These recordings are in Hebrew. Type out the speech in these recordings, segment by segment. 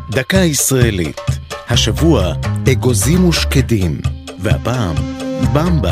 דקה ישראלית. השבוע אגוזים ושקדים, והפעם במבה.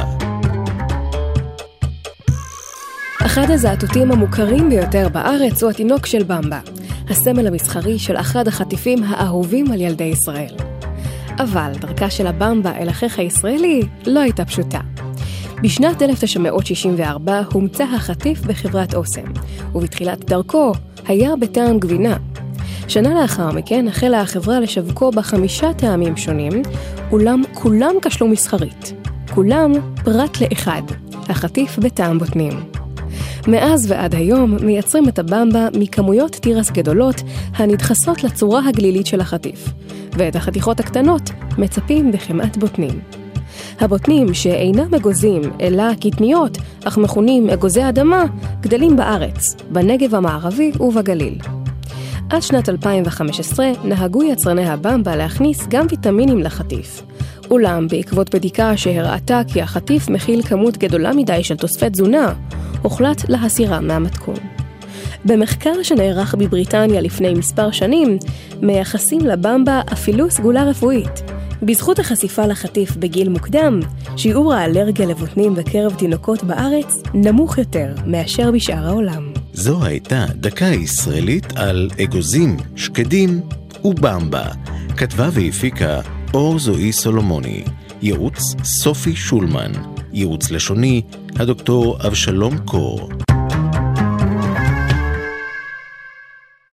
אחד הזעתותים המוכרים ביותר בארץ הוא התינוק של במבה, הסמל המסחרי של אחד החטיפים האהובים על ילדי ישראל. אבל דרכה של הבמבה אל אחיך הישראלי לא הייתה פשוטה. בשנת 1964 הומצא החטיף בחברת אוסם, ובתחילת דרכו היה בטעם גבינה. שנה לאחר מכן החלה החברה לשווקו ב5 טעמים שונים, אולם כולם כשלו מסחרית. כולם פרט לאחד, החטיף בטעם בוטנים. מאז ועד היום מייצרים את הבמבה מכמויות תירס גדולות הנדחסות לצורה הגלילית של החטיף, ואת החתיכות הקטנות מצפים בחמאת בוטנים. הבוטנים שאינם אגוזים אלא קטניות, אך מכונים אגוזי אדמה, גדלים בארץ, בנגב המערבי ובגליל. עד שנת 2015 נהגו יצרני הבמבה להכניס גם ויטמינים לחטיף. אולם בעקבות בדיקה שהראתה כי החטיף מכיל כמות גדולה מדי של תוספי תזונה, הוחלט להסירה מהמתכון. במחקר שנערך בבריטניה לפני מספר שנים, מייחסים לבמבה אפילו סגולה רפואית. בזכות החשיפה לחטיף בגיל מוקדם, שיעור האלרגיה לבוטנים בקרב תינוקות בארץ נמוך יותר מאשר בשאר העולם. זו הייתה דקה ישראלית על אגוזים, שקדים ובמבה. כתבה והפיקה אור זוהי סולומוני. ייעוץ סופי שולמן. ייעוץ לשוני הדוקטור אבשלום קור.